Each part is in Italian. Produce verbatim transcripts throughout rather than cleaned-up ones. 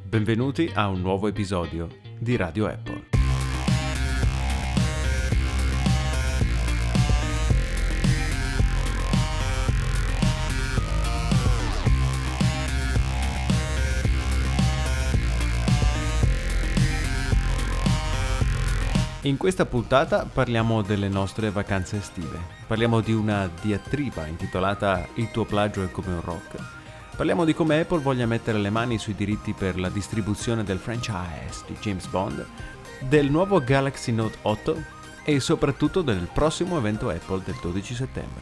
Benvenuti a un nuovo episodio di Radio Apple. In questa puntata parliamo delle nostre vacanze estive. Parliamo di una diatriba intitolata Il tuo plagio è come un rock. Parliamo di come Apple voglia mettere le mani sui diritti per la distribuzione del franchise di James Bond, del nuovo Galaxy Note otto e soprattutto del prossimo evento Apple del dodici settembre.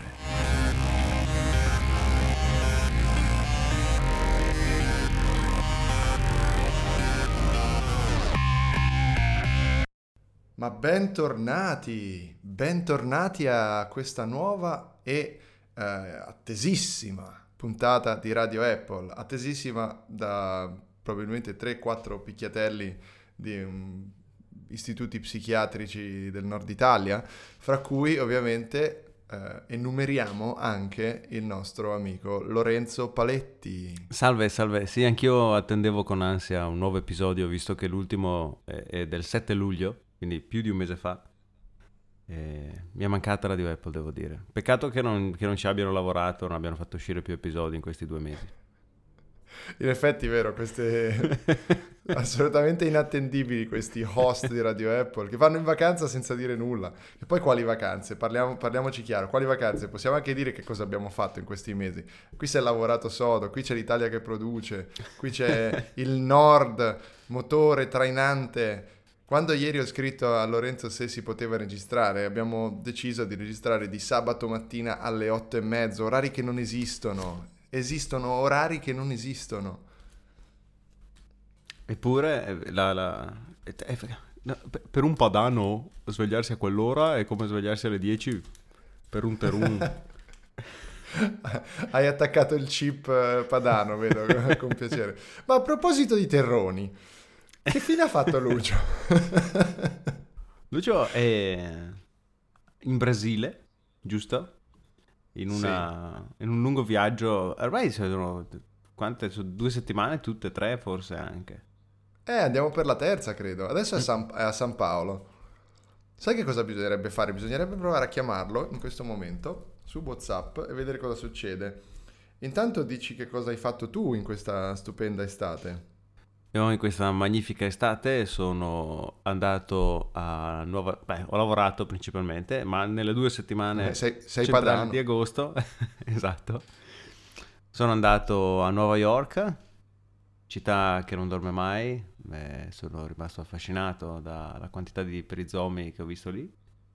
Ma bentornati, bentornati a questa nuova e eh, attesissima puntata di Radio Apple, attesissima da probabilmente tre quattro picchiatelli di um, istituti psichiatrici del nord Italia, fra cui ovviamente eh, enumeriamo anche il nostro amico Lorenzo Paletti. Salve, salve, sì, anch'io attendevo con ansia un nuovo episodio, visto che l'ultimo è, è del sette luglio, quindi più di un mese fa. E mi è mancata Radio Apple, devo dire. Peccato che non, che non ci abbiano lavorato, non abbiano fatto uscire più episodi in questi due mesi. In effetti, vero, queste assolutamente inattendibili questi host di Radio Apple che vanno in vacanza senza dire nulla. E poi quali vacanze? Parliamo, parliamoci chiaro, quali vacanze? Possiamo anche dire che cosa abbiamo fatto in questi mesi. Qui si è lavorato sodo, qui c'è l'Italia che produce, qui c'è il nord, motore trainante. Quando ieri ho scritto a Lorenzo se si poteva registrare, abbiamo deciso di registrare di sabato mattina alle otto e mezzo, orari che non esistono. Esistono orari che non esistono. Eppure, la, la, è, è, no, per un padano svegliarsi a quell'ora è come svegliarsi alle dieci per un terun. Hai attaccato il chip padano, vedo, con piacere. Ma a proposito di terroni, che fine ha fatto Lucio? Lucio è in Brasile, giusto? In, una, sì. in un lungo viaggio, ormai sono quante? Sono due settimane, tutte tre forse anche. Eh, andiamo per la terza, credo. Adesso è a San, è a San Paolo. Sai che cosa bisognerebbe fare? Bisognerebbe provare a chiamarlo in questo momento su WhatsApp e vedere cosa succede. Intanto dici che cosa hai fatto tu in questa stupenda estate. Io in questa magnifica estate sono andato a Nuova... Beh, ho lavorato principalmente, ma nelle due settimane eh, sei, sei centrali padano. Di agosto, esatto, sono andato a Nuova York, città che non dorme mai. Beh, sono rimasto affascinato dalla quantità di perizomi che ho visto lì.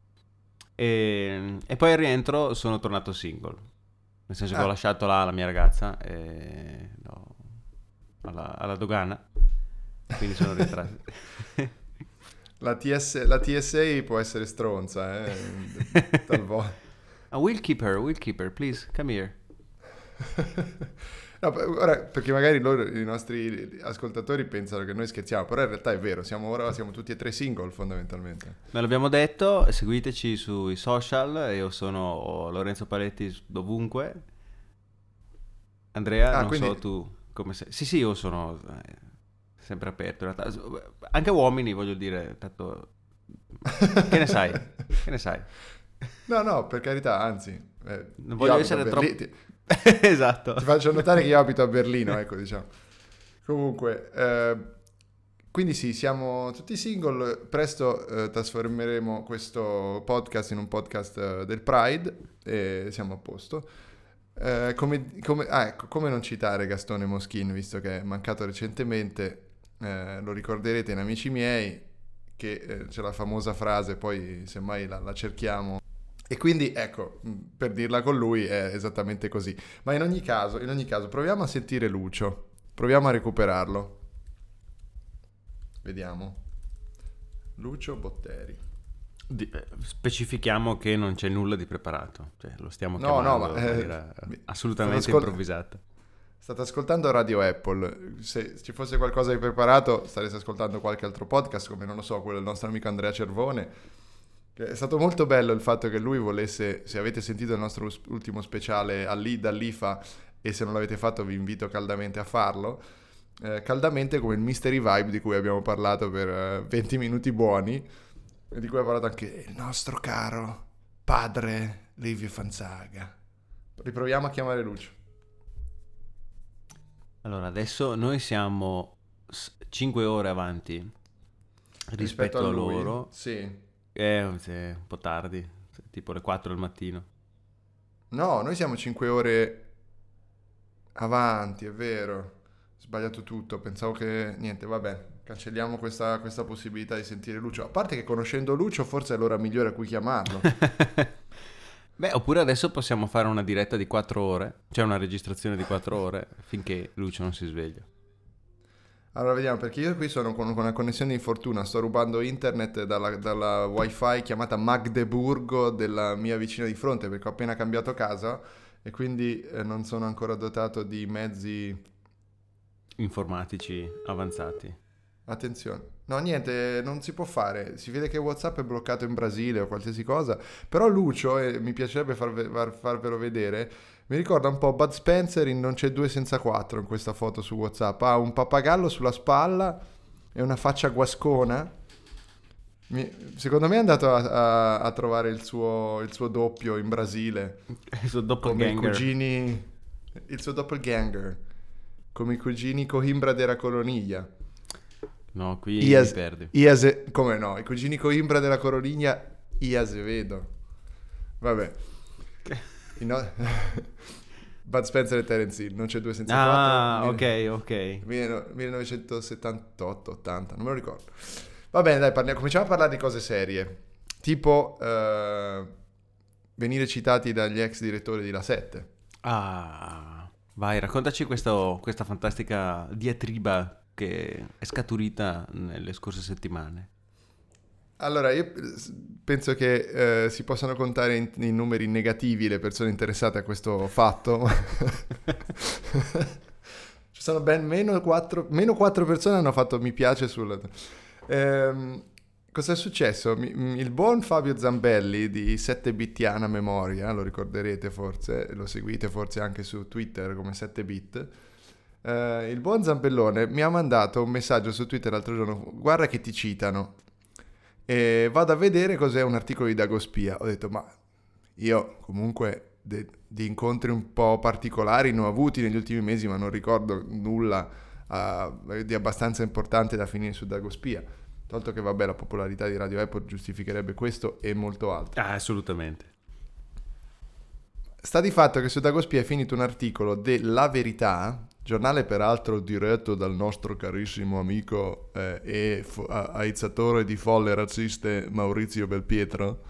E, e poi al rientro sono tornato single, nel senso ah. che ho lasciato là la mia ragazza e, no, alla, alla dogana. Quindi sono ritratto. La, T S, la T S A può essere stronza, eh, talvolta. A will keep her, will keep her, please, come here. No, ora, perché magari loro, i nostri ascoltatori pensano che noi scherziamo, però in realtà è vero, siamo ora siamo tutti e tre single fondamentalmente. Me l'abbiamo detto, seguiteci sui social, io sono Lorenzo Paletti dovunque. Andrea, ah, non quindi... so tu come sei. Sì, sì, io sono... Eh, sempre aperto in realtà. Anche uomini, voglio dire, tanto che ne sai? Che ne sai? No, no, per carità, anzi, eh, non voglio essere troppo ti... esatto. Ti faccio notare che io abito a Berlino, ecco, diciamo. Comunque, eh, quindi sì, siamo tutti single. Presto eh, trasformeremo questo podcast in un podcast eh, del Pride e siamo a posto. Eh, come, come, ah, ecco, come non citare Gastone Moschin, visto che è mancato recentemente. Eh, lo ricorderete in Amici miei che eh, c'è la famosa frase, poi semmai la, la cerchiamo, e quindi ecco, per dirla con lui è esattamente così. Ma in ogni caso, in ogni caso proviamo a sentire Lucio, proviamo a recuperarlo, vediamo. Lucio Botteri. Di, eh, specifichiamo che non c'è nulla di preparato, cioè lo stiamo no, chiamando no, ma, in eh, maniera assolutamente ascol- improvvisata. State ascoltando Radio Apple, se ci fosse qualcosa di preparato stareste ascoltando qualche altro podcast, come non lo so, quello del nostro amico Andrea Cervone, che è stato molto bello il fatto che lui volesse, se avete sentito il nostro ultimo speciale all'I, dall'I F A, e se non l'avete fatto vi invito caldamente a farlo, eh, caldamente come il Mystery Vibe di cui abbiamo parlato per eh, venti minuti buoni e di cui ha parlato anche il nostro caro padre Livio Fanzaga. Riproviamo a chiamare Lucio. Allora, adesso noi siamo cinque ore avanti rispetto, rispetto a, a loro. Sì. È un po' tardi, tipo le quattro del mattino. No, noi siamo cinque ore avanti, è vero. Ho sbagliato tutto, pensavo che... Niente, vabbè, cancelliamo questa, questa possibilità di sentire Lucio. A parte che conoscendo Lucio forse è l'ora migliore a cui chiamarlo. Beh, oppure adesso possiamo fare una diretta di quattro ore, cioè una registrazione di quattro ore, finché Lucio non si sveglia. Allora vediamo, perché io qui sono con, con una connessione di fortuna, sto rubando internet dalla, dalla wifi chiamata Magdeburgo della mia vicina di fronte, perché ho appena cambiato casa e quindi eh, non sono ancora dotato di mezzi informatici avanzati. Attenzione. No, niente, non si può fare. Si vede che WhatsApp è bloccato in Brasile o qualsiasi cosa. Però Lucio, e mi piacerebbe farve, far, farvelo vedere, mi ricorda un po' Bud Spencer in Non c'è due senza quattro in questa foto su WhatsApp. Ha un pappagallo sulla spalla e una faccia guascona. Mi, secondo me è andato a, a, a trovare il suo, il suo doppio in Brasile. Il suo doppelganger. Come i cugini... Il suo doppelganger. Come i cugini Coimbra della Coloniglia. No, qui Ias, mi perdi. Iase, come no? I cugini Coimbra della Coroniglia, Iasevedo. Vabbè. No... Bud Spencer e Terence Hill, non c'è due senza ah, quattro. Ah, ok, ok. millenovecentosettantotto ottanta, non me lo ricordo. Va bene, dai, parliamo, cominciamo a parlare di cose serie. Tipo uh, venire citati dagli ex direttori di La sette. Ah, vai, raccontaci questo, questa fantastica diatriba che è scaturita nelle scorse settimane. Allora, io penso che eh, si possano contare in, in numeri negativi le persone interessate a questo fatto. Ci sono ben meno quattro, meno quattro persone hanno fatto mi piace sul... Ehm, cosa è successo? Mi, il buon Fabio Zambelli di sette bittiana memoria, lo ricorderete forse, lo seguite forse anche su Twitter come sette bit. Uh, il buon Zambellone mi ha mandato un messaggio su Twitter l'altro giorno, guarda che ti citano, e vado a vedere cos'è un articolo di Dagospia. Ho detto, ma io comunque de- di incontri un po' particolari ne ho avuti negli ultimi mesi, ma non ricordo nulla uh, di abbastanza importante da finire su Dagospia, tolto che vabbè, la popolarità di Radio Apple giustificherebbe questo e molto altro. Ah, assolutamente. Sta di fatto che su Dagospia è finito un articolo della Verità, giornale peraltro diretto dal nostro carissimo amico eh, e fo- aizzatore di folle razziste Maurizio Belpietro.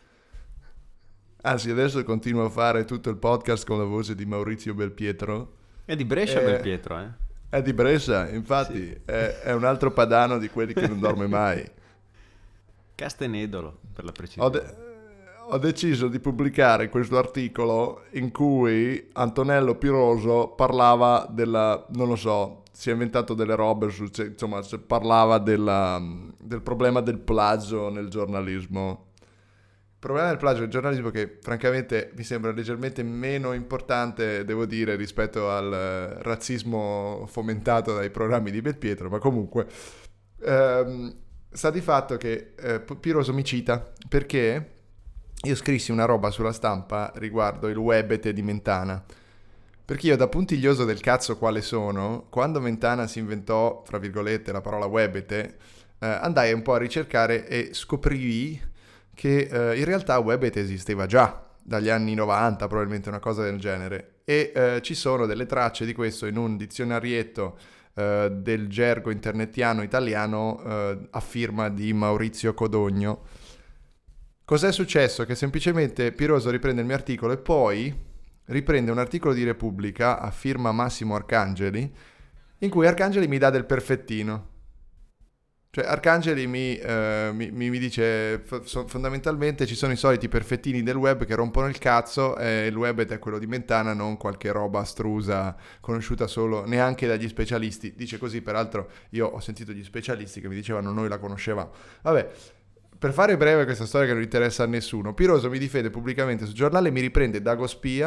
Anzi, adesso continuo a fare tutto il podcast con la voce di Maurizio Belpietro. È di Brescia eh, Belpietro, eh? È di Brescia, infatti, sì. è, è un altro padano di quelli che non dorme mai. Castenedolo, per la precisione. Ho de- Ho deciso di pubblicare questo articolo in cui Antonello Piroso parlava della, non lo so, si è inventato delle robe, su, insomma, parlava della, del problema del plagio nel giornalismo. Il problema del plagio nel giornalismo che francamente mi sembra leggermente meno importante, devo dire, rispetto al razzismo fomentato dai programmi di Belpietro, ma comunque ehm, sta di fatto che eh, Piroso mi cita perché... Io scrissi una roba sulla Stampa riguardo il Webete di Mentana, perché io da puntiglioso del cazzo quale sono, quando Mentana si inventò, fra virgolette, la parola Webete, eh, andai un po' a ricercare e scoprì che eh, in realtà Webete esisteva già, dagli anni novanta, probabilmente una cosa del genere, e eh, ci sono delle tracce di questo in un dizionarietto eh, del gergo internetiano italiano eh, a firma di Maurizio Codogno. Cos'è successo? Che semplicemente Piroso riprende il mio articolo e poi riprende un articolo di Repubblica a firma Massimo Arcangeli, in cui Arcangeli mi dà del perfettino. Cioè Arcangeli mi, eh, mi, mi dice f- fondamentalmente ci sono i soliti perfettini del web che rompono il cazzo e il web è quello di Mentana, non qualche roba astrusa conosciuta solo neanche dagli specialisti. Dice così, peraltro io ho sentito gli specialisti che mi dicevano noi la conoscevamo. Vabbè. Per fare breve questa storia che non interessa a nessuno, Piroso mi difende pubblicamente sul giornale, mi riprende Dagospia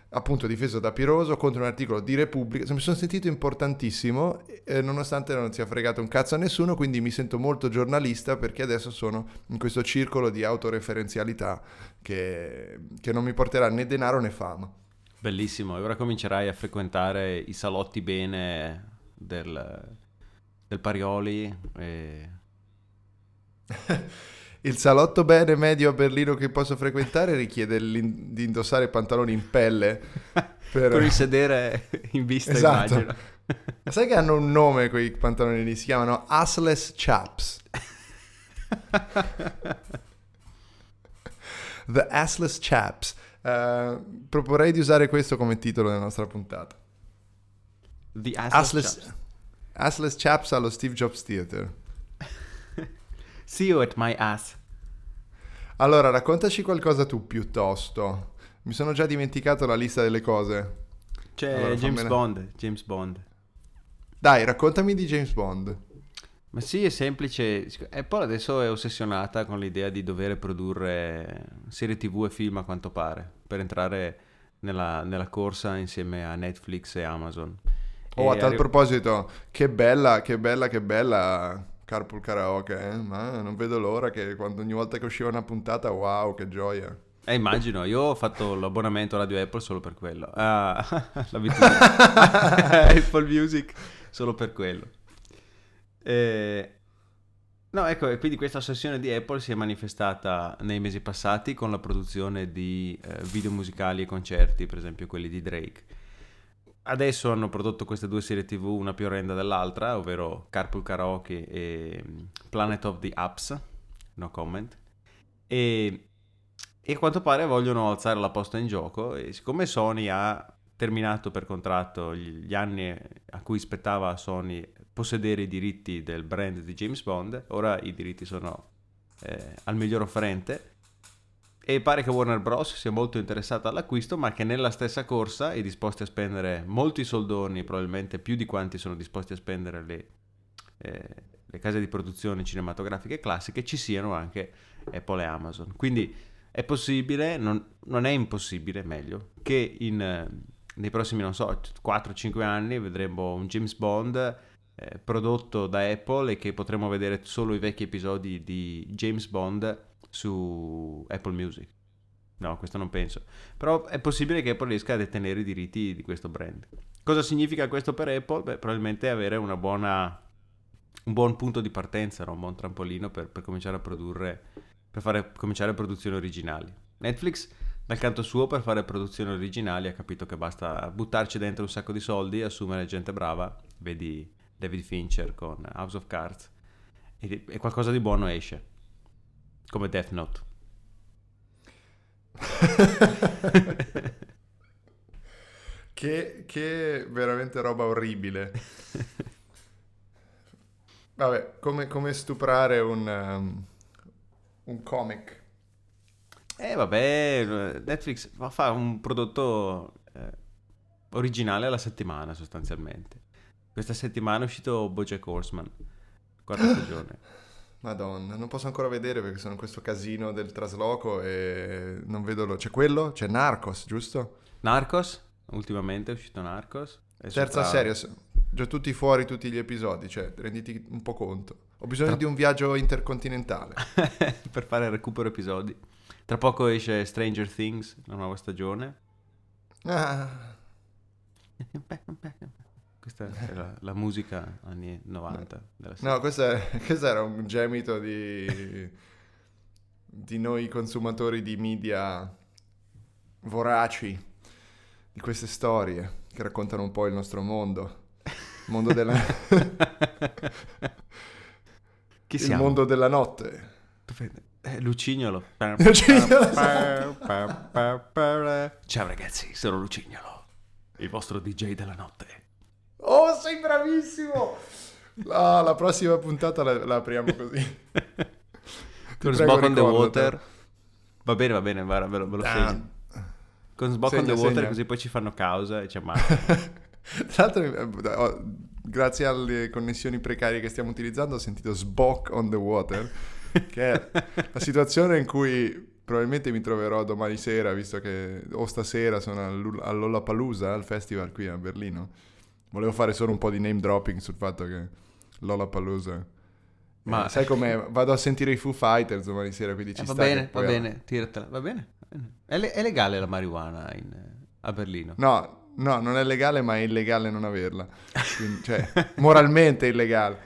appunto difeso da Piroso contro un articolo di Repubblica. Mi sono sentito importantissimo, eh, nonostante non sia fregato un cazzo a nessuno, quindi mi sento molto giornalista perché adesso sono in questo circolo di autoreferenzialità che, che non mi porterà né denaro né fama. Bellissimo, e ora comincerai a frequentare i salotti bene del, del Parioli e... Il salotto bene medio a Berlino che posso frequentare richiede di indossare pantaloni in pelle per... con il sedere in vista, esatto. Immagino. Ma sai che hanno un nome quei pantaloni lì? Si chiamano assless chaps. The assless chaps. Uh, proporrei di usare questo come titolo della nostra puntata. The assless, assless chaps. Assless chaps allo Steve Jobs Theater. See you at my ass. Allora, raccontaci qualcosa tu piuttosto. Mi sono già dimenticato la lista delle cose. C'è allora, James fammela... Bond, James Bond. Dai, raccontami di James Bond. Ma sì, è semplice. Apple adesso è ossessionata con l'idea di dover produrre serie tv e film a quanto pare, per entrare nella, nella corsa insieme a Netflix e Amazon. Oh, e a tal arri- proposito, che bella, che bella, che bella Carpool Karaoke, eh? Ma non vedo l'ora che quando ogni volta che usciva una puntata, wow, che gioia. Eh, immagino, io ho fatto l'abbonamento a Radio Apple solo per quello. Ah, l'abitudine. Apple Music solo per quello. Eh, no, ecco, e quindi questa ossessione di Apple si è manifestata nei mesi passati con la produzione di eh, video musicali e concerti, per esempio quelli di Drake. Adesso hanno prodotto queste due serie tv, una più orrenda dell'altra, ovvero Carpool Karaoke e Planet of the Apps, no comment, e, e a quanto pare vogliono alzare la posta in gioco, e siccome Sony ha terminato per contratto gli, gli anni a cui spettava a Sony possedere i diritti del brand di James Bond, ora i diritti sono eh, al miglior offerente, e pare che Warner Bros. Sia molto interessata all'acquisto, ma che nella stessa corsa è disposti a spendere molti soldoni, probabilmente più di quanti sono disposti a spendere le, eh, le case di produzione cinematografiche classiche, ci siano anche Apple e Amazon. Quindi è possibile, non, non è impossibile, meglio, che in, eh, nei prossimi, non so, quattro cinque anni vedremo un James Bond eh, prodotto da Apple e che potremo vedere solo i vecchi episodi di James Bond su Apple Music. No, questo non penso. Però è possibile che Apple riesca a detenere i diritti di questo brand. Cosa significa questo per Apple? Beh, probabilmente avere una buona, un buon punto di partenza, no? Un buon trampolino per, per cominciare a produrre, per fare cominciare produzioni originali. Netflix, dal canto suo, per fare produzioni originali ha capito che basta buttarci dentro un sacco di soldi, assumere gente brava, vedi David Fincher con House of Cards, e, e qualcosa di buono esce. Come Death Note. che, che veramente roba orribile. Vabbè, come, come stuprare un, um, un comic. Eh vabbè, Netflix fa un prodotto eh, originale alla settimana sostanzialmente. Questa settimana è uscito BoJack Horseman, quarta stagione. Madonna, non posso ancora vedere perché sono in questo casino del trasloco e non vedo lo... C'è quello? C'è Narcos, giusto? Narcos, ultimamente è uscito Narcos. È Terza sopra... serie, già tutti fuori tutti gli episodi, cioè renditi un po' conto. Ho bisogno Tra... di un viaggio intercontinentale. per fare recupero episodi. Tra poco esce Stranger Things, la nuova stagione. Ah. Questa è la, la musica anni novanta. Della no, questo, è, questo era un gemito di, di noi consumatori di media voraci, di queste storie che raccontano un po' il nostro mondo. Il mondo della... Chi il siamo? mondo della notte. Eh, Lucignolo. Lucignolo. Ciao ragazzi, sono Lucignolo, il vostro D J della notte. Oh, sei bravissimo! Ah, la prossima puntata la, la apriamo così. Con Smoke on the Water. Va bene, va bene, guarda, ve lo, ve lo ah. segno. Con Smoke on the Water, così poi ci fanno causa e ci ammazzano. Tra l'altro, grazie alle connessioni precarie che stiamo utilizzando, ho sentito Smoke on the Water, che è la situazione in cui probabilmente mi troverò domani sera, visto che o stasera sono al- al Lollapalooza, al festival qui a Berlino. Volevo fare solo un po' di name dropping sul fatto che Lollapalooza... Ma Eh, sai com'è? Vado a sentire i Foo Fighters domani sera, quindi eh, ci va sta che bene, va poi... bene, tiratela, va bene. va bene. È, le- è legale la marijuana in- a Berlino? No, no, non è legale, ma è illegale non averla. Quindi, cioè, moralmente illegale.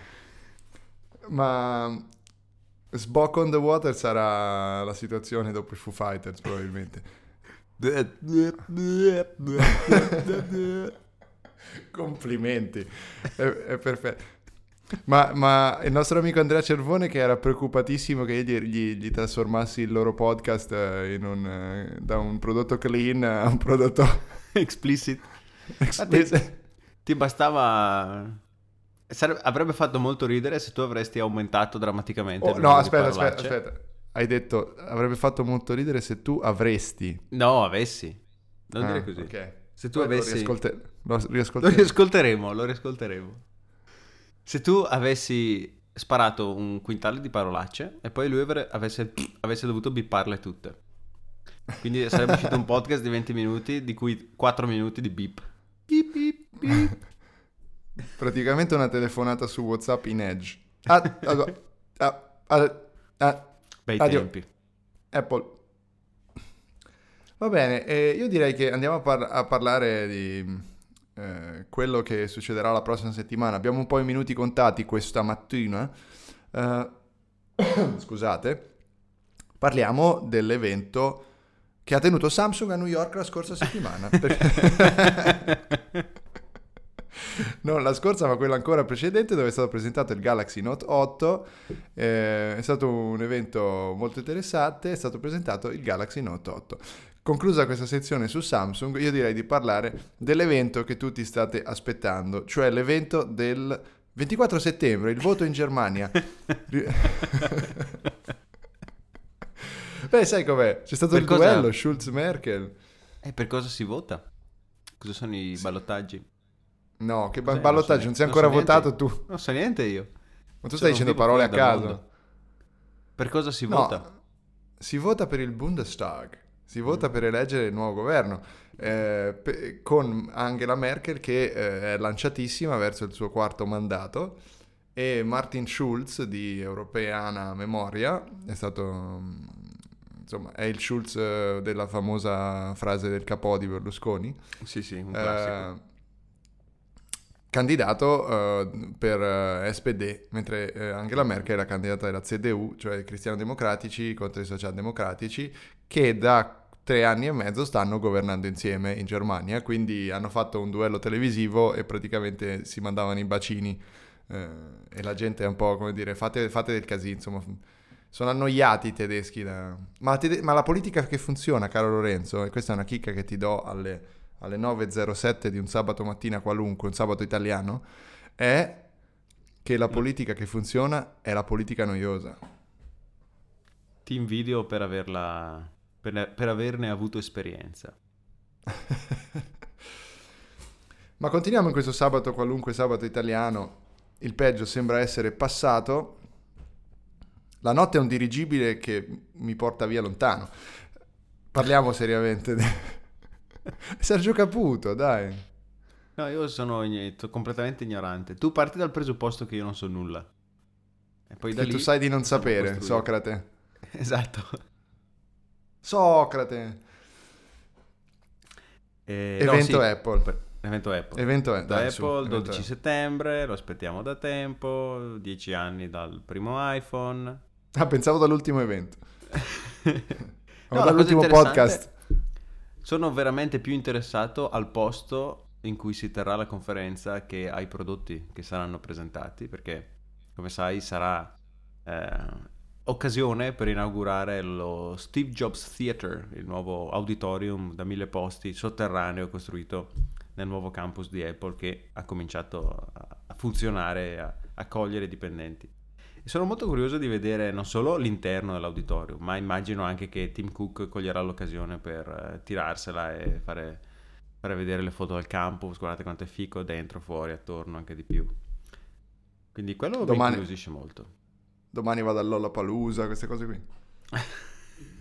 Ma Smoke on the Water sarà la situazione dopo i Foo Fighters, probabilmente. Complimenti, è, è perfetto. Ma, ma il nostro amico Andrea Cervone, che era preoccupatissimo che gli, gli- gli trasformassi il loro podcast eh, in un, eh, da un prodotto clean a un prodotto Explicit. explicit. Ti bastava... sare- avrebbe fatto molto ridere se tu avresti aumentato drammaticamente Oh, il no, numero di aspetta, aspetta, parolacce. aspetta. Hai detto, avrebbe fatto molto ridere se tu avresti. No, avessi. Non dire Ah, così. ok. Se tu Poi lo avessi... riascolte- lo Lo riascolteremo. riascolteremo, lo riascolteremo. Se tu avessi sparato un quintale di parolacce e poi lui avre- avesse, avesse dovuto bipparle tutte. Quindi sarebbe uscito un podcast di venti minuti, di cui quattro minuti di beep. Beep, beep, beep. Praticamente una telefonata su WhatsApp in Edge. Ah, ah, ah, ah, ah, Bei addio. tempi. Apple. Va bene, eh, io direi che andiamo a, par- a parlare di eh, quello che succederà la prossima settimana. Abbiamo un po' i minuti contati questa mattina. Eh, scusate. Parliamo dell'evento che ha tenuto Samsung a New York la scorsa settimana. Non la scorsa, ma quella ancora precedente, dove è stato presentato il Galaxy Note otto. Eh, è stato un evento molto interessante, è stato presentato il Galaxy Note otto. Conclusa questa sezione su Samsung, io direi di parlare dell'evento che tutti state aspettando, cioè l'evento del ventiquattro settembre, il voto in Germania. Beh, sai com'è? C'è stato Per il cosa- duello Schulz-Merkel. E per cosa si vota? Cosa sono i ballottaggi? No, che ba- Cos'è? ballottaggio, non so sei ne- ancora non so votato niente. tu. Non so niente io. Ma tu Sono stai dicendo vivo parole a fuori dal caso. mondo. Per cosa si No, vota? si vota per il Bundestag, si vota per eleggere il nuovo governo, eh, pe- con Angela Merkel che eh, è lanciatissima verso il suo quarto mandato e Martin Schulz di Europeana Memoria, è stato, mm, insomma, è il Schulz eh, della famosa frase del capo di Berlusconi. Sì, sì, un Eh, classico. candidato eh, per eh, S P D, mentre eh, Angela Merkel era candidata della C D U, cioè i cristiano-democratici contro i socialdemocratici, che da tre anni e mezzo stanno governando insieme in Germania, quindi hanno fatto un duello televisivo e praticamente si mandavano i bacini eh, e la gente è un po' come dire fate, fate del casino, insomma. Sono annoiati i tedeschi da... ma, la tede- ma la politica che funziona, caro Lorenzo, e questa è una chicca che ti do alle alle nove e zero sette di un sabato mattina qualunque, un sabato italiano, è che la politica che funziona è la politica noiosa. Ti invidio per averla per, per averne avuto esperienza. Ma continuiamo in questo sabato qualunque, sabato italiano. Il peggio sembra essere passato. La notte è un dirigibile che mi porta via lontano. Parliamo seriamente di... Sergio Caputo, dai. No, io sono ign- completamente ignorante. Tu parti dal presupposto che io non so nulla. E poi da Che lì tu sai di non possiamo sapere, costruire. Socrate. Esatto. Socrate. Eh, Evento no, sì, Apple. per- Evento Apple. Evento Da dai, su, Apple, evento dodici Apple. settembre, lo aspettiamo da tempo, dieci anni dal primo iPhone. Ah, pensavo dall'ultimo evento. No, O la cosa dall'ultimo interessante- podcast. Sono veramente più interessato al posto in cui si terrà la conferenza che ai prodotti che saranno presentati, perché come sai sarà eh, occasione per inaugurare lo Steve Jobs Theater, il nuovo auditorium da mille posti sotterraneo costruito nel nuovo campus di Apple, che ha cominciato a, a funzionare e a accogliere i dipendenti. E sono molto curioso di vedere non solo l'interno dell'auditorium, ma immagino anche che Tim Cook coglierà l'occasione per eh, tirarsela e fare, fare vedere le foto del campus. Guardate quanto è fico dentro, fuori, attorno, anche di più. Quindi quello mi Domani- incuriosisce molto. Domani vado a Lollapalooza, queste cose qui.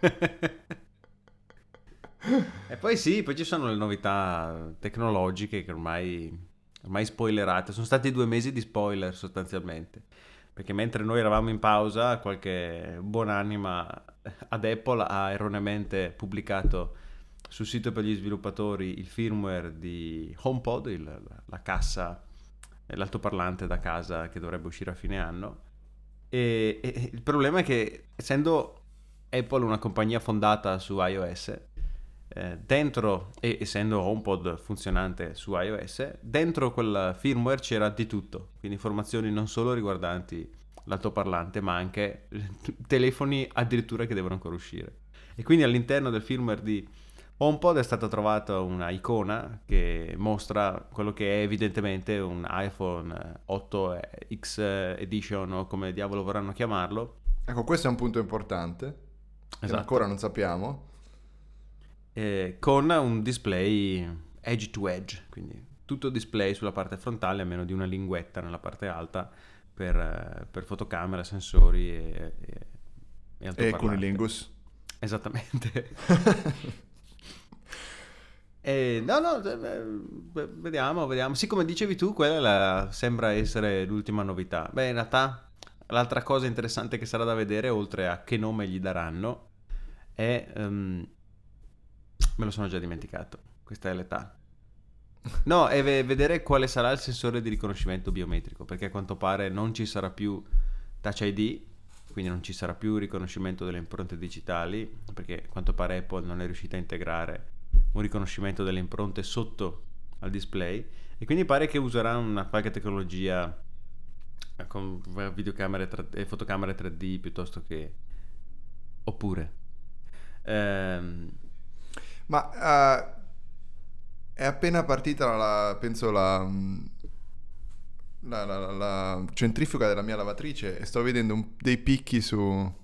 E poi sì, poi ci sono le novità tecnologiche che ormai, ormai spoilerate. Sono stati due mesi di spoiler sostanzialmente. Perché mentre noi eravamo in pausa, qualche buonanima ad Apple ha erroneamente pubblicato sul sito per gli sviluppatori il firmware di HomePod, il- la cassa, eh, l'altoparlante da casa che dovrebbe uscire a fine anno. E, e- il problema è che, essendo Apple una compagnia fondata su iOS, eh, dentro, e essendo HomePod funzionante su iOS, dentro quel firmware c'era di tutto, quindi informazioni non solo riguardanti l'altoparlante, ma anche telefoni addirittura che devono ancora uscire. E quindi all'interno del firmware di HomePod è stata trovata una icona che mostra quello che è evidentemente un iPhone otto X Edition, o come diavolo vorranno chiamarlo. Ecco, questo è un punto importante, che ancora Esatto. non sappiamo. Eh, con un display edge to edge, quindi tutto display sulla parte frontale, a meno di una linguetta nella parte alta per, eh, per fotocamera, sensori e, e, e E altoparlante. Cunilingus. Esattamente. E, no, no, eh, vediamo, vediamo. Sì, come dicevi tu, quella la- sembra essere l'ultima novità. Beh, in realtà l'altra cosa interessante che sarà da vedere, oltre a che nome gli daranno, è... ehm, me lo sono già dimenticato, questa è l'età. No, è ve- vedere quale sarà il sensore di riconoscimento biometrico, perché a quanto pare non ci sarà più Touch I D, quindi non ci sarà più riconoscimento delle impronte digitali, perché a quanto pare Apple non è riuscita a integrare un riconoscimento delle impronte sotto al display, e quindi pare che userà una qualche tecnologia con videocamere tre- e fotocamere tre D piuttosto che... oppure... ehm, Ma eh, è appena partita la, penso la, la, la- la- la centrifuga della mia lavatrice e sto vedendo un- dei picchi su...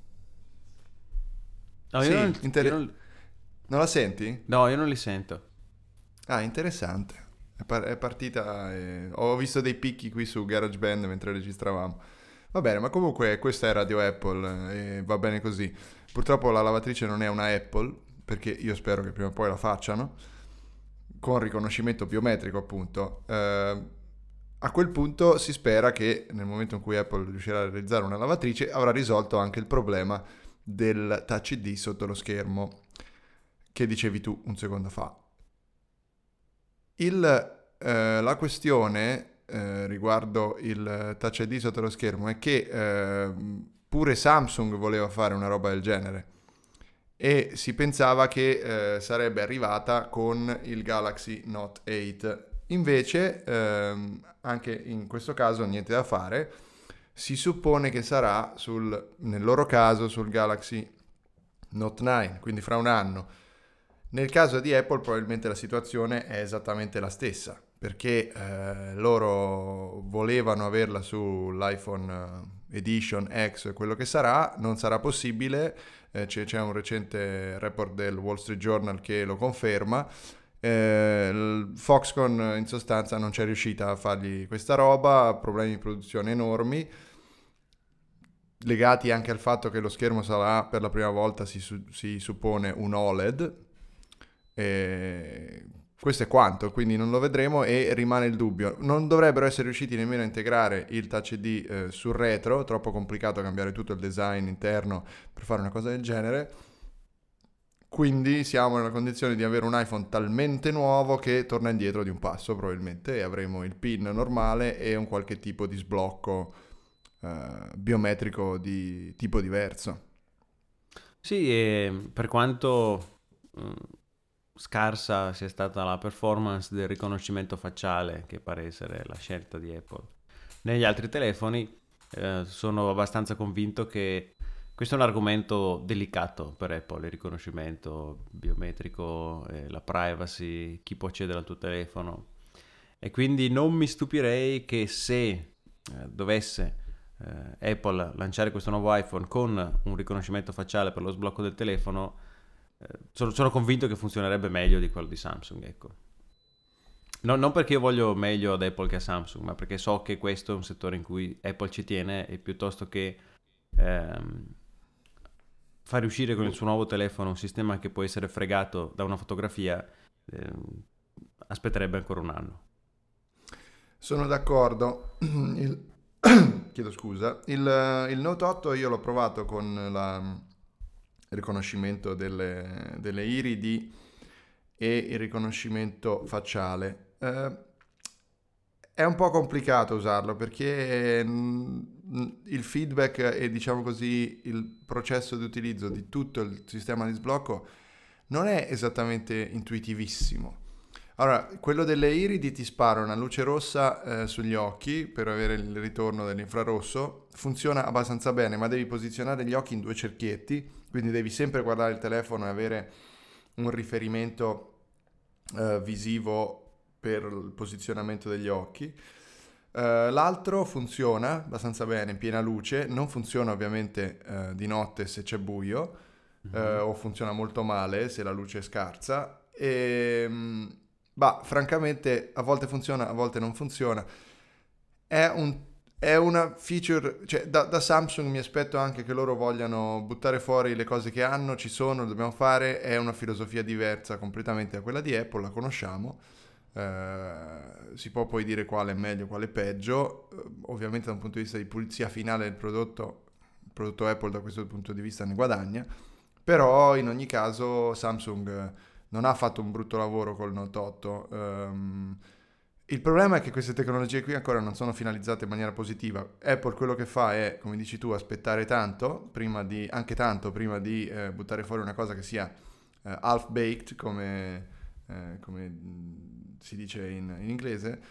no, io non, Sì, io inter- non- non la senti? no, io non li sento. Ah, interessante. È, par- è partita e... Ho visto dei picchi qui su GarageBand mentre registravamo. Va bene, ma comunque questa è Radio Apple eh, e va bene così. Purtroppo la lavatrice non è una Apple, perché io spero che prima o poi la facciano, con riconoscimento biometrico appunto. Eh, a quel punto si spera che nel momento in cui Apple riuscirà a realizzare una lavatrice avrà risolto anche il problema del Touch I D sotto lo schermo che dicevi tu un secondo fa. Il, eh, la questione eh, riguardo il Touch I D sotto lo schermo è che eh, pure Samsung voleva fare una roba del genere e si pensava che eh, sarebbe arrivata con il Galaxy Note otto. Invece, ehm, anche in questo caso niente da fare, si suppone che sarà sul, nel loro caso sul Galaxy Note nove, quindi fra un anno. Nel caso di Apple probabilmente la situazione è esattamente la stessa, perché eh, loro volevano averla sull'iPhone Edition X, quello che sarà, non sarà possibile, eh, c'è, c'è un recente report del Wall Street Journal che lo conferma. Eh, Foxconn in sostanza non c'è riuscita a fargli questa roba, problemi di produzione enormi, legati anche al fatto che lo schermo sarà per la prima volta, si, si suppone, un O L E D. E questo è quanto, quindi non lo vedremo e rimane il dubbio. Non dovrebbero essere riusciti nemmeno a integrare il Touch I D eh, sul retro, troppo complicato cambiare tutto il design interno per fare una cosa del genere. Quindi siamo nella condizione di avere un iPhone talmente nuovo che torna indietro di un passo probabilmente, e avremo il PIN normale e un qualche tipo di sblocco eh, biometrico di tipo diverso. Sì, e per quanto mm, scarsa sia stata la performance del riconoscimento facciale, che pare essere la scelta di Apple, negli altri telefoni, eh, sono abbastanza convinto che questo è un argomento delicato per Apple, il riconoscimento biometrico, eh, la privacy, chi può accedere al tuo telefono. E quindi non mi stupirei che se eh, dovesse eh, Apple lanciare questo nuovo iPhone con un riconoscimento facciale per lo sblocco del telefono, eh, sono, sono convinto che funzionerebbe meglio di quello di Samsung, ecco. No, non perché io voglio meglio ad Apple che a Samsung, ma perché so che questo è un settore in cui Apple ci tiene, e piuttosto che ehm, fare uscire con il suo nuovo telefono un sistema che può essere fregato da una fotografia, eh, aspetterebbe ancora un anno. Sono d'accordo. Il... Chiedo scusa. Il, il Note otto io l'ho provato con la, il riconoscimento delle, delle iridi e il riconoscimento facciale. Eh, è un po' complicato usarlo perché il feedback e diciamo così il processo di utilizzo di tutto il sistema di sblocco non è esattamente intuitivissimo. Allora, quello delle iridi ti spara una luce rossa eh, sugli occhi per avere il ritorno dell'infrarosso, funziona abbastanza bene, ma devi posizionare gli occhi in due cerchietti, quindi devi sempre guardare il telefono e avere un riferimento eh, visivo per il posizionamento degli occhi. Uh, l'altro funziona abbastanza bene in piena luce, non funziona ovviamente uh, di notte se c'è buio, mm-hmm. uh, o funziona molto male se la luce è scarsa e um, bah, francamente a volte funziona, a volte non funziona. È, un, è una feature, cioè da, da Samsung mi aspetto anche che loro vogliano buttare fuori le cose che hanno, ci sono, lo dobbiamo fare, è una filosofia diversa completamente da quella di Apple, la conosciamo. Uh, si può poi dire quale è meglio, quale è peggio, uh, ovviamente da un punto di vista di pulizia finale del prodotto il prodotto Apple da questo punto di vista ne guadagna, però in ogni caso Samsung non ha fatto un brutto lavoro col Note otto. Um, il problema è che queste tecnologie qui ancora non sono finalizzate in maniera positiva. Apple quello che fa è, come dici tu, aspettare tanto prima di, anche tanto prima di eh, buttare fuori una cosa che sia eh, half-baked come, eh, come si dice in, in inglese.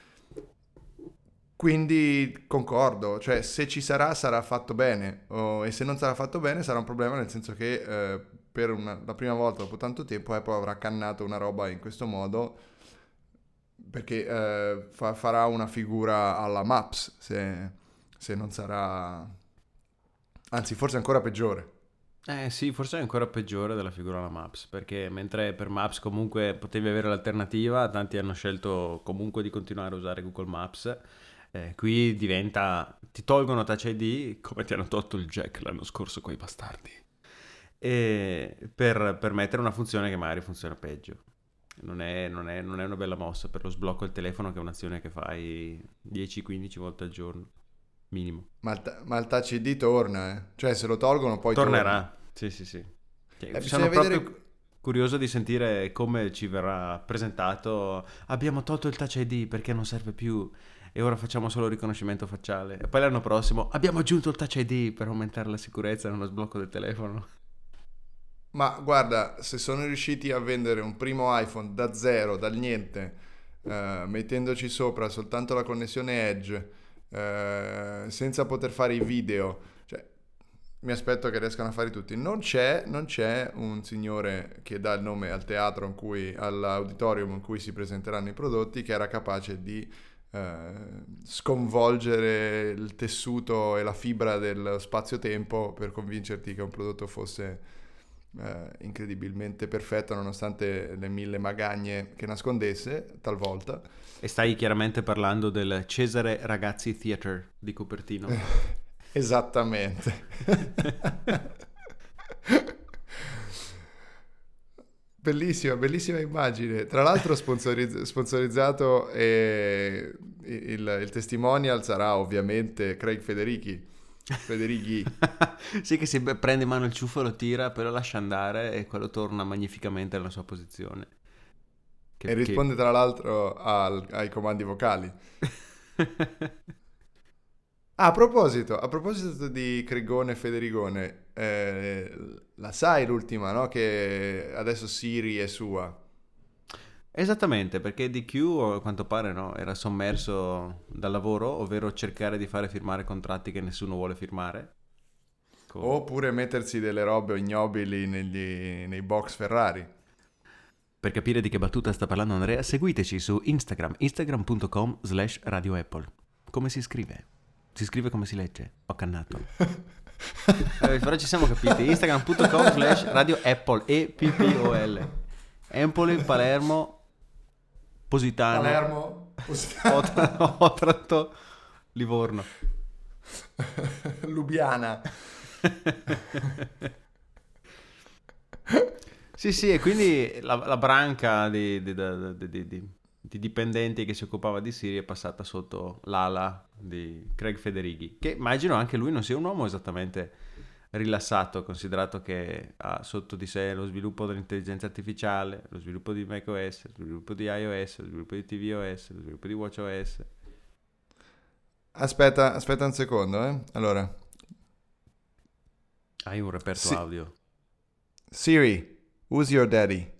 Quindi concordo, cioè se ci sarà sarà fatto bene, oh, e se non sarà fatto bene sarà un problema, nel senso che eh, per una, la prima volta dopo tanto tempo Apple avrà cannato una roba in questo modo perché eh, fa, farà una figura alla Maps se, se non sarà, anzi forse ancora peggiore. Eh sì, forse è ancora peggiore della figura alla Maps, perché mentre per Maps comunque potevi avere l'alternativa, tanti hanno scelto comunque di continuare a usare Google Maps, eh, qui diventa, ti tolgono Touch I D come ti hanno tolto il jack l'anno scorso quei bastardi, e per permettere una funzione che magari funziona peggio. Non è, non è, non è una bella mossa per lo sblocco del telefono, che è un'azione che fai dieci quindici volte al giorno. Minimo. Ma il, ma il Touch I D torna, eh? Cioè se lo tolgono poi tornerà. Torna. Sì, sì, sì. Eh, Sono proprio vedere... curioso di sentire come ci verrà presentato. Abbiamo tolto il Touch I D perché non serve più e ora facciamo solo riconoscimento facciale. E poi l'anno prossimo abbiamo aggiunto il Touch I D per aumentare la sicurezza nello sblocco del telefono. Ma guarda, se sono riusciti a vendere un primo iPhone da zero, dal niente, eh, mettendoci sopra soltanto la connessione Edge, eh, senza poter fare i video, cioè, mi aspetto che riescano a fare tutti. Non c'è, non c'è un signore che dà il nome al teatro in cui, all'auditorium in cui si presenteranno i prodotti, che era capace di eh, sconvolgere il tessuto e la fibra dello spazio-tempo per convincerti che un prodotto fosse Uh, incredibilmente perfetto nonostante le mille magagne che nascondesse talvolta. E stai chiaramente parlando del Cesare Ragazzi Theater di Cupertino. Esattamente. Bellissima, bellissima immagine. Tra l'altro sponsorizz- sponsorizzato e il, il testimonial sarà ovviamente Craig Federighi. Federighi. Sì, che si prende in mano il ciuffo, lo tira, poi lo lascia andare e quello torna magnificamente nella sua posizione. Che, e risponde che... tra l'altro al, ai comandi vocali. Ah, a proposito, a proposito di Crigone e Federigone, eh, la sai l'ultima, no? Che adesso Siri è sua. Esattamente, perché D Q a quanto pare no, era sommerso dal lavoro, ovvero cercare di fare firmare contratti che nessuno vuole firmare. Con... Oppure mettersi delle robe ignobili negli, nei box Ferrari. Per capire di che battuta sta parlando Andrea, seguiteci su Instagram, instagram punto com slash radio apple. Come si scrive? Si scrive come si legge? Ho cannato. eh, però ci siamo capiti. instagram punto com slash radio apple, E P P O L. Empoli, Palermo... Positano, Palermo, Positano. Otranto, Otranto, Livorno, Lubiana. Sì, sì, e quindi la, la branca di, di- di- di- di- di- di dipendenti che si occupava di Siri è passata sotto l'ala di Craig Federighi, che immagino anche lui non sia un uomo esattamente rilassato, considerato che ha sotto di sé lo sviluppo dell'intelligenza artificiale, lo sviluppo di macOS, lo sviluppo di iOS, lo sviluppo di tvOS, lo sviluppo di watchOS. Aspetta, aspetta un secondo, eh. Allora, Hai un reperto Si- audio. Siri, who's your daddy?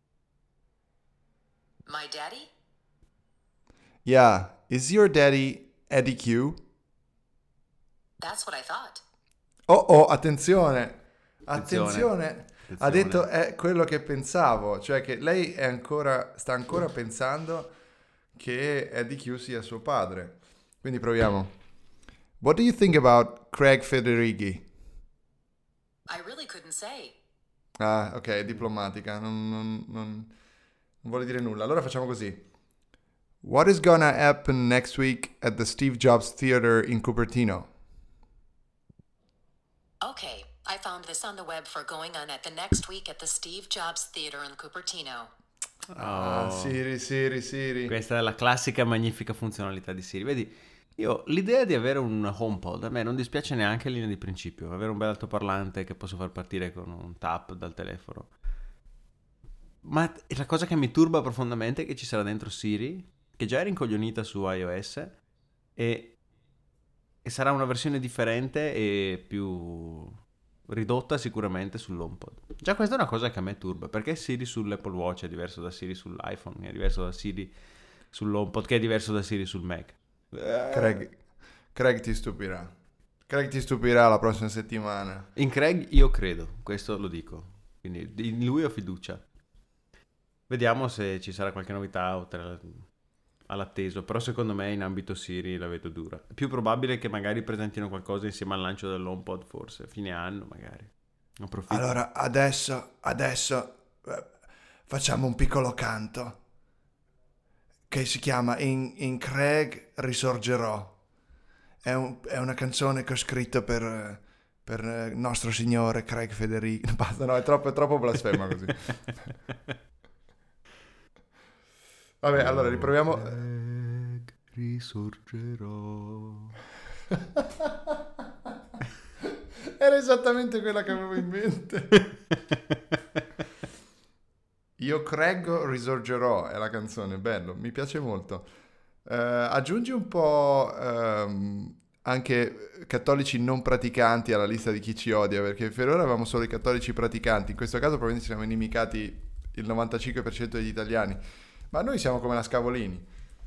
My daddy? Yeah, is your daddy Eddie Q? That's what I thought. Oh, oh, attenzione, Attenzione, attenzione. Ha attenzione. detto è quello che pensavo, cioè che lei è ancora, sta ancora pensando che Eddie Q sia suo padre. Quindi proviamo. What do you think about Craig Federighi? I really couldn't say. Ah, ok, è diplomatica, non, non- non- non vuole dire nulla. Allora facciamo così. What is gonna happen next week at the Steve Jobs Theater in Cupertino? Okay, I found this on the web for going on at the next week at the Steve Jobs Theater in Cupertino. Ah, Oh. Siri, Siri, Siri. Questa è la classica magnifica funzionalità di Siri. Vedi, io l'idea di avere un HomePod a me non dispiace neanche in linea di principio. Avere un bel altoparlante che posso far partire con un tap dal telefono. Ma la cosa che mi turba profondamente è che ci sarà dentro Siri, che già è rincoglionita su iOS, e, e sarà una versione differente e più ridotta sicuramente sull'HomePod. Già questa è una cosa che a me turba, perché Siri sull'Apple Watch è diverso da Siri sull'iPhone, è diverso da Siri sull'HomePod, che è diverso da Siri sul Mac. Craig, Craig ti stupirà. Craig ti stupirà la prossima settimana. In Craig io credo, questo lo dico, quindi in lui ho fiducia. Vediamo se ci sarà qualche novità oltre all'atteso, però secondo me in ambito Siri la vedo dura. È più probabile che magari presentino qualcosa insieme al lancio dell'HomePod, forse, fine anno magari. Approfitto. Allora, adesso, adesso eh, facciamo un piccolo canto che si chiama In, In Craig risorgerò. È, un- è una canzone che ho scritto per, eh, per eh, il nostro signore Craig Federighi. Basta, no, è troppo, è troppo blasfema così. Vabbè, allora riproviamo. Craig, risorgerò. Era esattamente quella che avevo in mente. Io Craig risorgerò è la canzone, bello, mi piace molto. Eh, aggiungi un po' ehm, anche cattolici non praticanti alla lista di chi ci odia, perché per ora avevamo solo i cattolici praticanti, in questo caso probabilmente ci siamo inimicati il novantacinque per cento degli italiani, ma noi siamo come la Scavolini.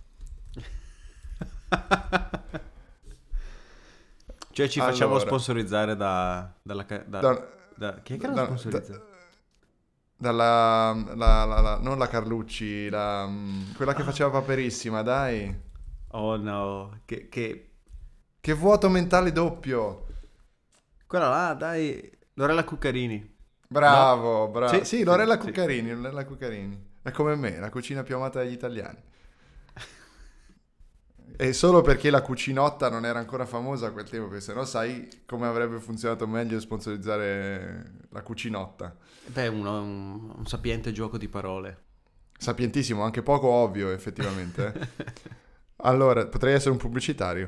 Cioè ci facciamo Allora. sponsorizzare da, dalla... ca- Da, Da- da- chi è che lo da- sponsorizza? da- dalla la- la- la- non la Carlucci, la, mm, quella che faceva Paperissima, dai. Oh no, che... che... Che vuoto mentale doppio. Quella là, dai, Lorella Cuccarini. Bravo, bravo. Sì, Sì, sì, Lorella sì. Cuccarini, Lorella Cuccarini. È come me, la cucina più amata dagli italiani. E solo perché la cucinotta non era ancora famosa a quel tempo, perché sennò sai come avrebbe funzionato meglio sponsorizzare la cucinotta. Beh, uno, un, un sapiente gioco di parole. Sapientissimo, anche poco ovvio effettivamente. eh. Allora, potrei essere un pubblicitario.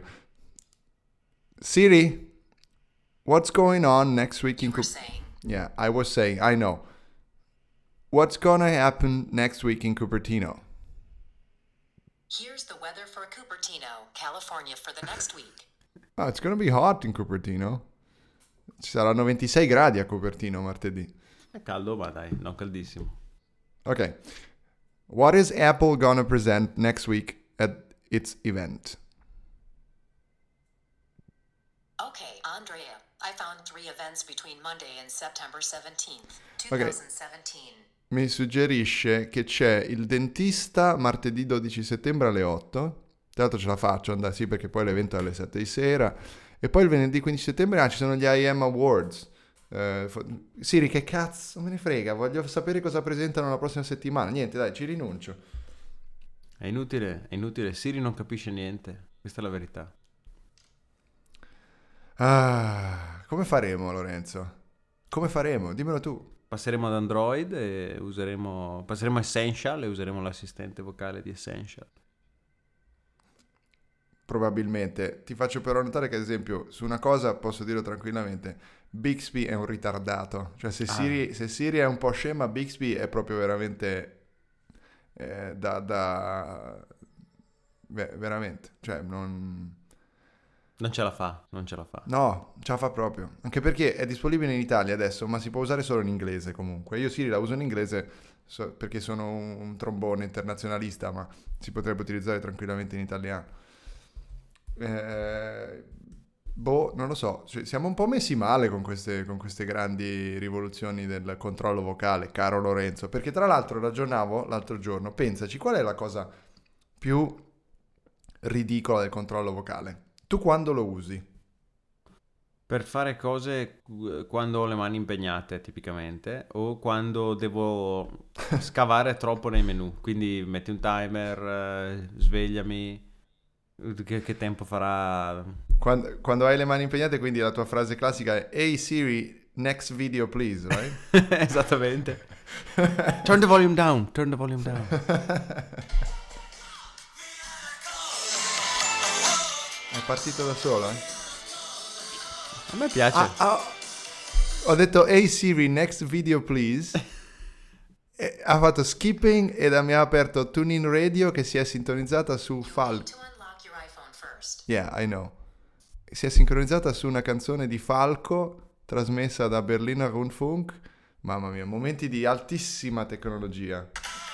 Siri, what's going on next week in You were Cup- saying. Yeah, I was saying, I know. What's gonna happen next week in Cupertino? Here's the weather for Cupertino, California for the next week. Oh, it's gonna be hot in Cupertino. Ci saranno ventisei gradi a Cupertino martedì. È caldo, ma dai, non caldissimo. Ok. What is Apple gonna present next week at its event? Okay, Andrea, I found three events between Monday and September seventeenth, Okay. twenty seventeen. Mi suggerisce che c'è il dentista martedì dodici settembre alle otto. Tra l'altro ce la faccio andare, sì, perché poi l'evento è alle sette di sera. E poi il venerdì quindici settembre ah, ci sono gli I M Awards. Eh, fo- Siri, che cazzo me ne frega? Voglio sapere cosa presentano la prossima settimana. Niente, dai, ci rinuncio. È inutile, è inutile. Siri non capisce niente. Questa è la verità. Ah, come faremo, Lorenzo? Come faremo? Dimmelo tu. passeremo ad Android e useremo, passeremo a Essential e useremo l'assistente vocale di Essential. Probabilmente. Ti faccio però notare che, ad esempio, su una cosa posso dirlo tranquillamente, Bixby è un ritardato. Cioè, se Siri, Ah. se Siri è un po' scema, Bixby è proprio veramente eh, da... da... Beh, veramente. Cioè, non... Non ce la fa, non ce la fa. No, ce la fa proprio. Anche perché è disponibile in Italia adesso, ma si può usare solo in inglese comunque. Io Siri la uso in inglese so- perché sono un, un trombone internazionalista, ma si potrebbe utilizzare tranquillamente in italiano. Eh, boh, non lo so. Cioè, siamo un po' messi male con queste, con queste grandi rivoluzioni del controllo vocale, caro Lorenzo. Perché tra l'altro ragionavo l'altro giorno, pensaci, qual è la cosa più ridicola del controllo vocale? Tu quando lo usi? Per fare cose eh, quando ho le mani impegnate, tipicamente, o quando devo scavare troppo nei menu. Quindi metti un timer, eh, svegliami, che, che tempo farà? Quando, quando hai le mani impegnate, quindi la tua frase classica è Hey Siri, next video please, right? Esattamente. Turn the volume down, turn the volume down. È partito da solo, eh? A me piace. Ah, ah, ho detto Hey Siri, next video please. E ha fatto skipping ed mi ha aperto TuneIn Radio che si è sintonizzata su Falco. To unlock your iPhone first. Yeah, I know. Si è sincronizzata su una canzone di Falco trasmessa da Berliner Rundfunk. Mamma mia, momenti di altissima tecnologia.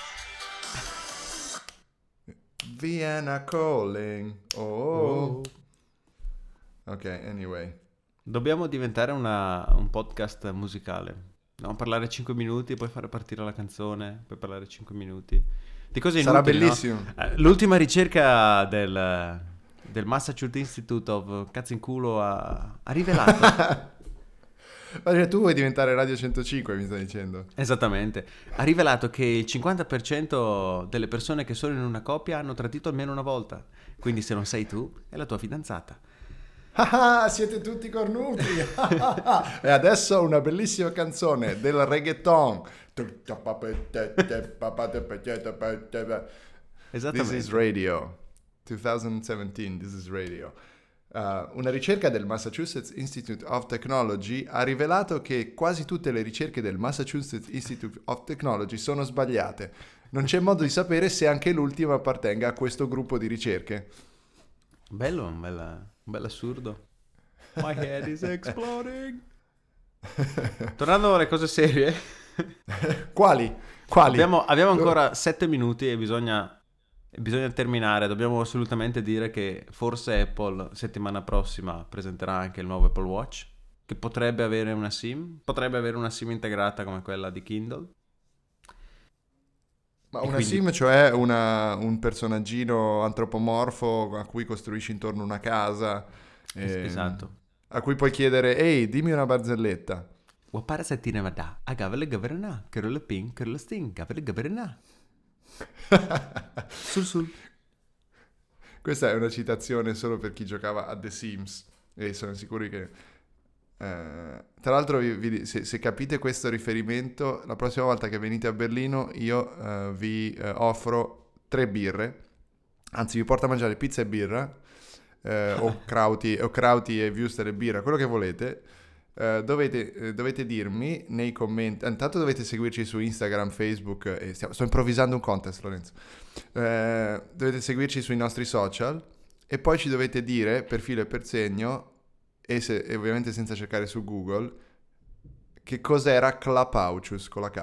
Vienna calling. Oh. Ok, anyway. Dobbiamo diventare una- un podcast musicale. No, parlare cinque minuti, poi fare partire la canzone, poi parlare cinque minuti. Di cose Sarà inutili, no? bellissimo. Eh, L'ultima ricerca del, del Massachusetts Institute of Cazzo in culo ha, ha rivelato, Ma tu vuoi diventare Radio centocinque, mi stai dicendo? esattamente, ha rivelato che il cinquanta per cento delle persone che sono in una coppia hanno tradito almeno una volta. Quindi se non sei tu, è la tua fidanzata. Ah, siete tutti cornuti. E adesso una bellissima canzone del reggaeton. Esattamente. This is radio. duemiladiciassette, this is radio. Uh, una ricerca del Massachusetts Institute of Technology ha rivelato che quasi tutte le ricerche del Massachusetts Institute of Technology sono sbagliate. Non c'è modo di sapere se anche l'ultima appartenga a questo gruppo di ricerche. Bello, un bel, un bel assurdo. My head is exploding. Tornando alle cose serie, Quali? Quali? abbiamo, abbiamo ancora sette minuti e bisogna, bisogna terminare. Dobbiamo assolutamente dire che forse Apple settimana prossima presenterà anche il nuovo Apple Watch, che potrebbe avere una SIM, potrebbe avere una SIM integrata come quella di Kindle. Ma E una quindi- sim, cioè una- un personaggino antropomorfo a cui costruisci intorno una casa, Es- ehm, esatto. a cui puoi chiedere, ehi, dimmi una barzelletta. Wapara settina vada, a gavale gaverna, che ping, che sting, gavale gaverna. Sul sul. Questa è una citazione solo per chi giocava a The Sims e sono sicuri che... eh, tra l'altro, vi- vi- se, se capite questo riferimento, la prossima volta che venite a Berlino io eh, vi eh, offro tre birre, anzi vi porto a mangiare pizza e birra, eh, o, krauti, o krauti e wurstel e birra, quello che volete. Eh, dovete, eh, dovete dirmi nei commenti, intanto dovete seguirci su Instagram, Facebook, e stiamo- sto improvvisando un contest, Lorenzo. Eh, dovete seguirci sui nostri social e poi ci dovete dire per filo e per segno e, se- e ovviamente senza cercare su Google che cos'era Clapaucius con la K.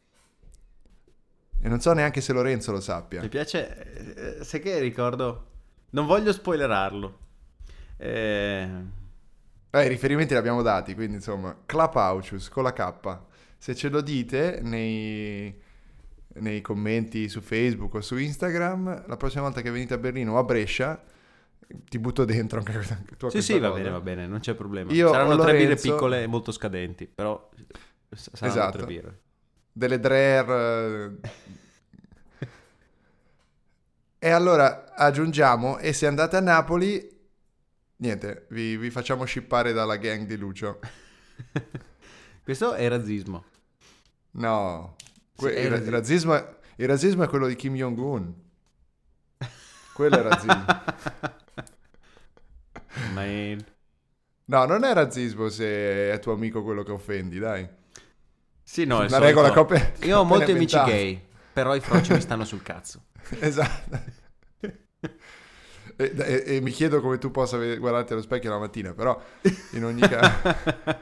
E non so neanche se Lorenzo lo sappia. Mi piace, eh, sai che ricordo, non voglio spoilerarlo. Eh, Eh, i riferimenti li abbiamo dati, quindi insomma, Clapaucius con la K. Se ce lo dite nei, nei commenti su Facebook o su Instagram, la prossima volta che venite a Berlino o a Brescia, ti butto dentro anche questa- tu a sì, questa sì, va cosa. bene, va bene, non c'è problema. Io Saranno o tre birre Lorenzo- piccole e molto scadenti, però s- saranno Esatto. tre birre. Delle Dreher. eh. E allora aggiungiamo, e se andate a Napoli, niente, vi, vi facciamo shippare dalla gang di Lucio. Questo è razzismo. No, que- Sì, è il, razzi- il razzismo è, il razzismo è quello di Kim Jong-un. Quello è razzismo. Man. No, non è razzismo se è tuo amico quello che offendi, dai. Sì, no, è il Una regola solito. che ho pe- che Io ho ho molti appena amici inventato. gay, però i froci mi stanno sul cazzo. Esatto. E, e- e mi chiedo come tu possa ve- guardarti allo specchio la mattina, però in ogni caso...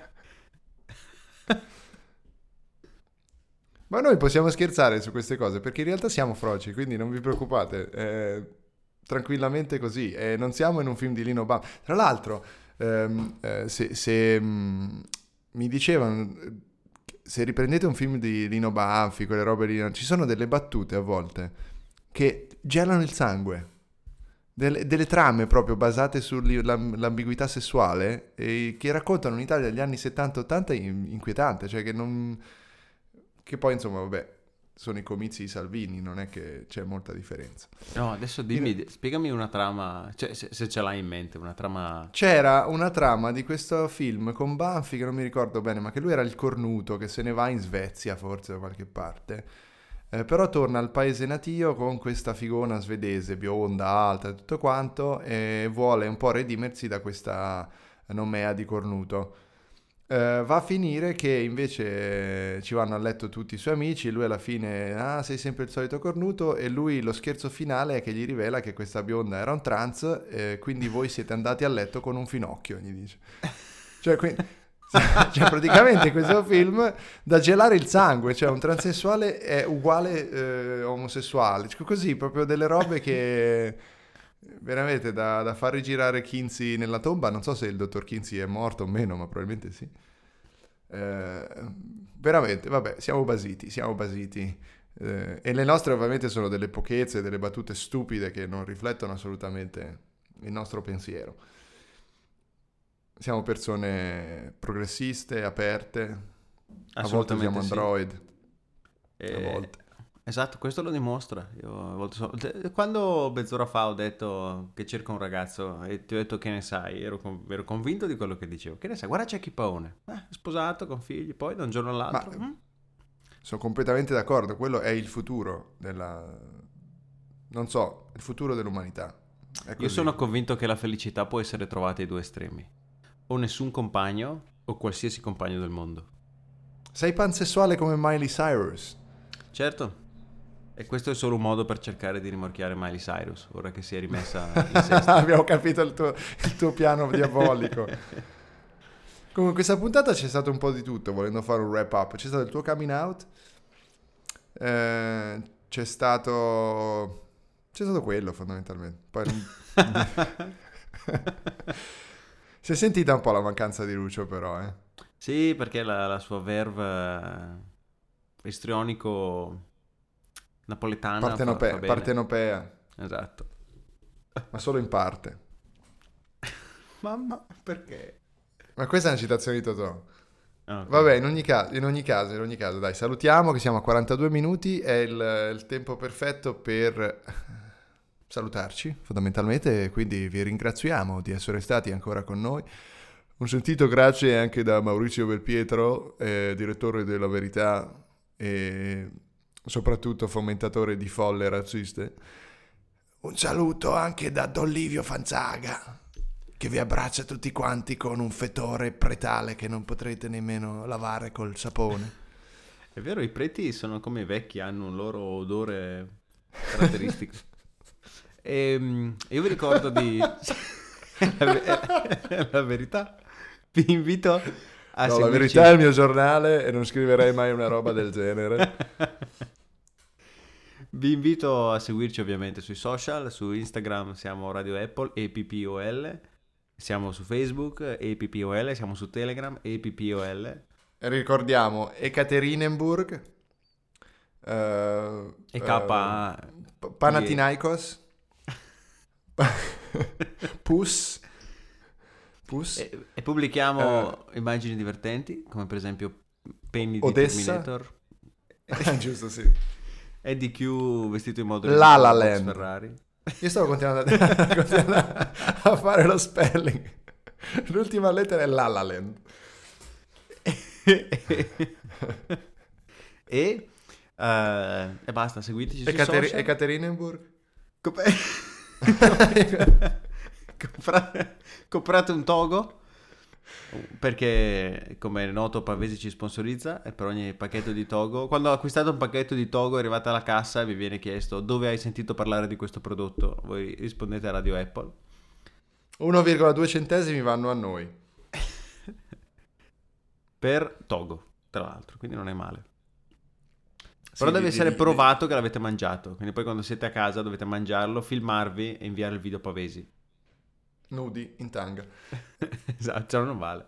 Ma noi possiamo scherzare su queste cose perché in realtà siamo froci, quindi non vi preoccupate, è tranquillamente così. E non siamo in un film di Lino Banfi. Tra l'altro, ehm, eh, se, se, mm, mi dicevano, se riprendete un film di Lino Banfi, quelle robe lì, ci sono delle battute a volte che gelano il sangue. Delle, delle trame proprio basate sull'ambiguità sessuale e che raccontano un'Italia degli anni settanta ottanta in- inquietante, cioè che non... che poi insomma vabbè sono i comizi di Salvini, non è che c'è molta differenza. No, adesso dimmi, spiegami una trama, cioè se, se ce l'hai in mente, una trama... C'era una trama di questo film con Banfi che non mi ricordo bene, ma che lui era il cornuto che se ne va in Svezia forse da qualche parte. Eh, però torna al paese natio con questa figona svedese, bionda, alta e tutto quanto, e vuole un po' redimersi da questa nomea di cornuto. Eh, va a finire che invece eh, ci vanno a letto tutti i suoi amici, lui alla fine, ah, sei sempre il solito cornuto, e lui lo scherzo finale è che gli rivela che questa bionda era un trans, eh, quindi voi siete andati a letto con un finocchio, gli dice. Cioè, quindi... cioè praticamente in questo film da gelare il sangue, cioè un transessuale è uguale eh, omosessuale, cioè, così proprio delle robe che veramente da, da far rigirare Kinsey nella tomba. Non so se il dottor Kinsey è morto o meno, ma probabilmente sì. Eh, veramente, vabbè, siamo basiti, siamo basiti. Eh, e le nostre ovviamente sono delle pochezze, delle battute stupide che non riflettono assolutamente il nostro pensiero. Siamo persone progressiste, aperte, a volte siamo Assolutamente sì. android, Eh, a volte. Esatto, questo lo dimostra. Io a volte so- de- Quando mezz'ora fa ho detto che cerco un ragazzo e ti ho detto che ne sai, ero, con- ero convinto di quello che dicevo. Che ne sai? Guarda Jackie Paone, eh, sposato con figli, poi da un giorno all'altro. Ma mm, sono completamente d'accordo, quello è il futuro della... non so, il futuro dell'umanità. È Io così. sono convinto che la felicità può essere trovata ai due estremi. O nessun compagno o qualsiasi compagno del mondo. Sei pansessuale come Miley Cyrus. Certo. E questo è solo un modo per cercare di rimorchiare Miley Cyrus, ora che si è rimessa in sesto. Abbiamo capito il tuo, il tuo piano diabolico. Comunque questa puntata c'è stato un po' di tutto, volendo fare un wrap up. C'è stato il tuo coming out, eh, c'è stato... c'è stato quello fondamentalmente. Poi non... si è sentita un po' la mancanza di Lucio però, eh. Sì, perché la, la sua verve istrionico napoletana fa, Partenope- fa bene. partenopea, Esatto. ma solo in parte. Mamma, perché? Ma questa è una citazione di Totò. Ah, ok. Vabbè, in ogni caso, in ogni caso, in ogni caso, dai, salutiamo che siamo a quarantadue minuti, è il, il tempo perfetto per salutarci, fondamentalmente, quindi vi ringraziamo di essere stati ancora con noi. Un sentito grazie anche da Maurizio Belpietro, eh, direttore della Verità e soprattutto fomentatore di folle razziste. Un saluto anche da Don Livio Fanzaga, che vi abbraccia tutti quanti con un fetore pretale che non potrete nemmeno lavare col sapone. È vero, i preti sono come i vecchi, hanno un loro odore caratteristico. E, io vi ricordo di... la, la verità. Vi invito a No, la seguirci. Verità è il mio giornale e non scriverei mai una roba del genere. Vi invito a seguirci ovviamente sui social, su Instagram siamo Radio Apple e P P O L, siamo su Facebook e P P O L, siamo su Telegram e P P O L. Ricordiamo Ekaterinenburg, eh, E K eh, P- Panathinaikos, Pus, Pus, E, e pubblichiamo immagini divertenti, come per esempio penny di Odessa. Terminator, giusto, sì. Eddie Q vestito in modo La La ridicolo, Max Land. Ferrari. Io stavo continuando a, continuando a fare lo spelling. L'ultima lettera è La La Land. E, eh, e basta, seguiteci E, sui Cater- social. e Caterinenburg? Comp- comprate, comprate un togo, perché come è noto Pavesi ci sponsorizza e per ogni pacchetto di togo, quando acquistate un pacchetto di togo, arrivate alla cassa e vi viene chiesto dove hai sentito parlare di questo prodotto, voi rispondete a Radio Apple. uno virgola due centesimi vanno a noi. Per togo, tra l'altro, quindi non è male. Sì, Però deve di- essere di- provato che l'avete mangiato, quindi poi quando siete a casa dovete mangiarlo, filmarvi e inviare il video a Pavesi. Nudi in tanga. Esatto, cioè non vale.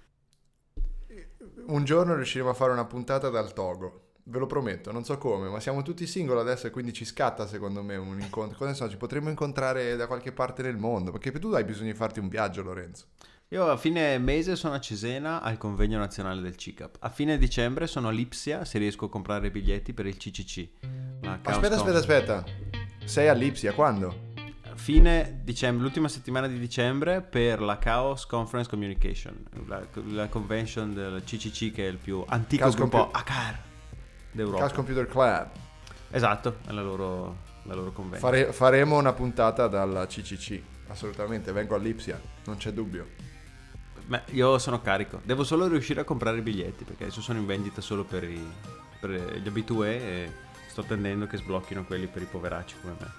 Un giorno riusciremo a fare una puntata dal Togo, ve lo prometto, non so come, ma siamo tutti single adesso e quindi ci scatta secondo me un incontro. Cosa ne so, ci potremmo incontrare da qualche parte nel mondo, perché tu hai bisogno di farti un viaggio, Lorenzo. Io a fine mese sono a Cesena al convegno nazionale del C I C A P. A fine dicembre sono a Lipsia se riesco a comprare i biglietti per il C C C. la Chaos Aspetta, aspetta, Conference. aspetta. Sei a Lipsia, quando? Fine dicembre, l'ultima settimana di dicembre per la Chaos Conference Communication, la, la convention del C C C che è il più antico Chaos gruppo Compu- A C A R d'Europa. Chaos Computer Club. Esatto, è la loro, la loro convention. Fare- faremo una puntata dalla C C C, assolutamente, vengo a Lipsia, non c'è dubbio. Beh, io sono carico, devo solo riuscire a comprare i biglietti perché adesso sono in vendita solo per, i, per gli abitué e sto attendendo che sblocchino quelli per i poveracci come me.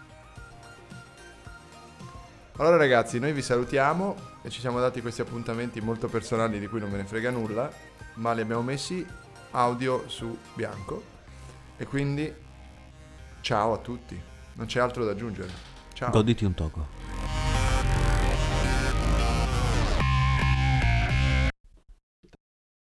Allora ragazzi, noi vi salutiamo e ci siamo dati questi appuntamenti molto personali di cui non me ne frega nulla, ma li abbiamo messi audio su bianco e quindi ciao a tutti, non c'è altro da aggiungere. Ciao. Goditi un togo.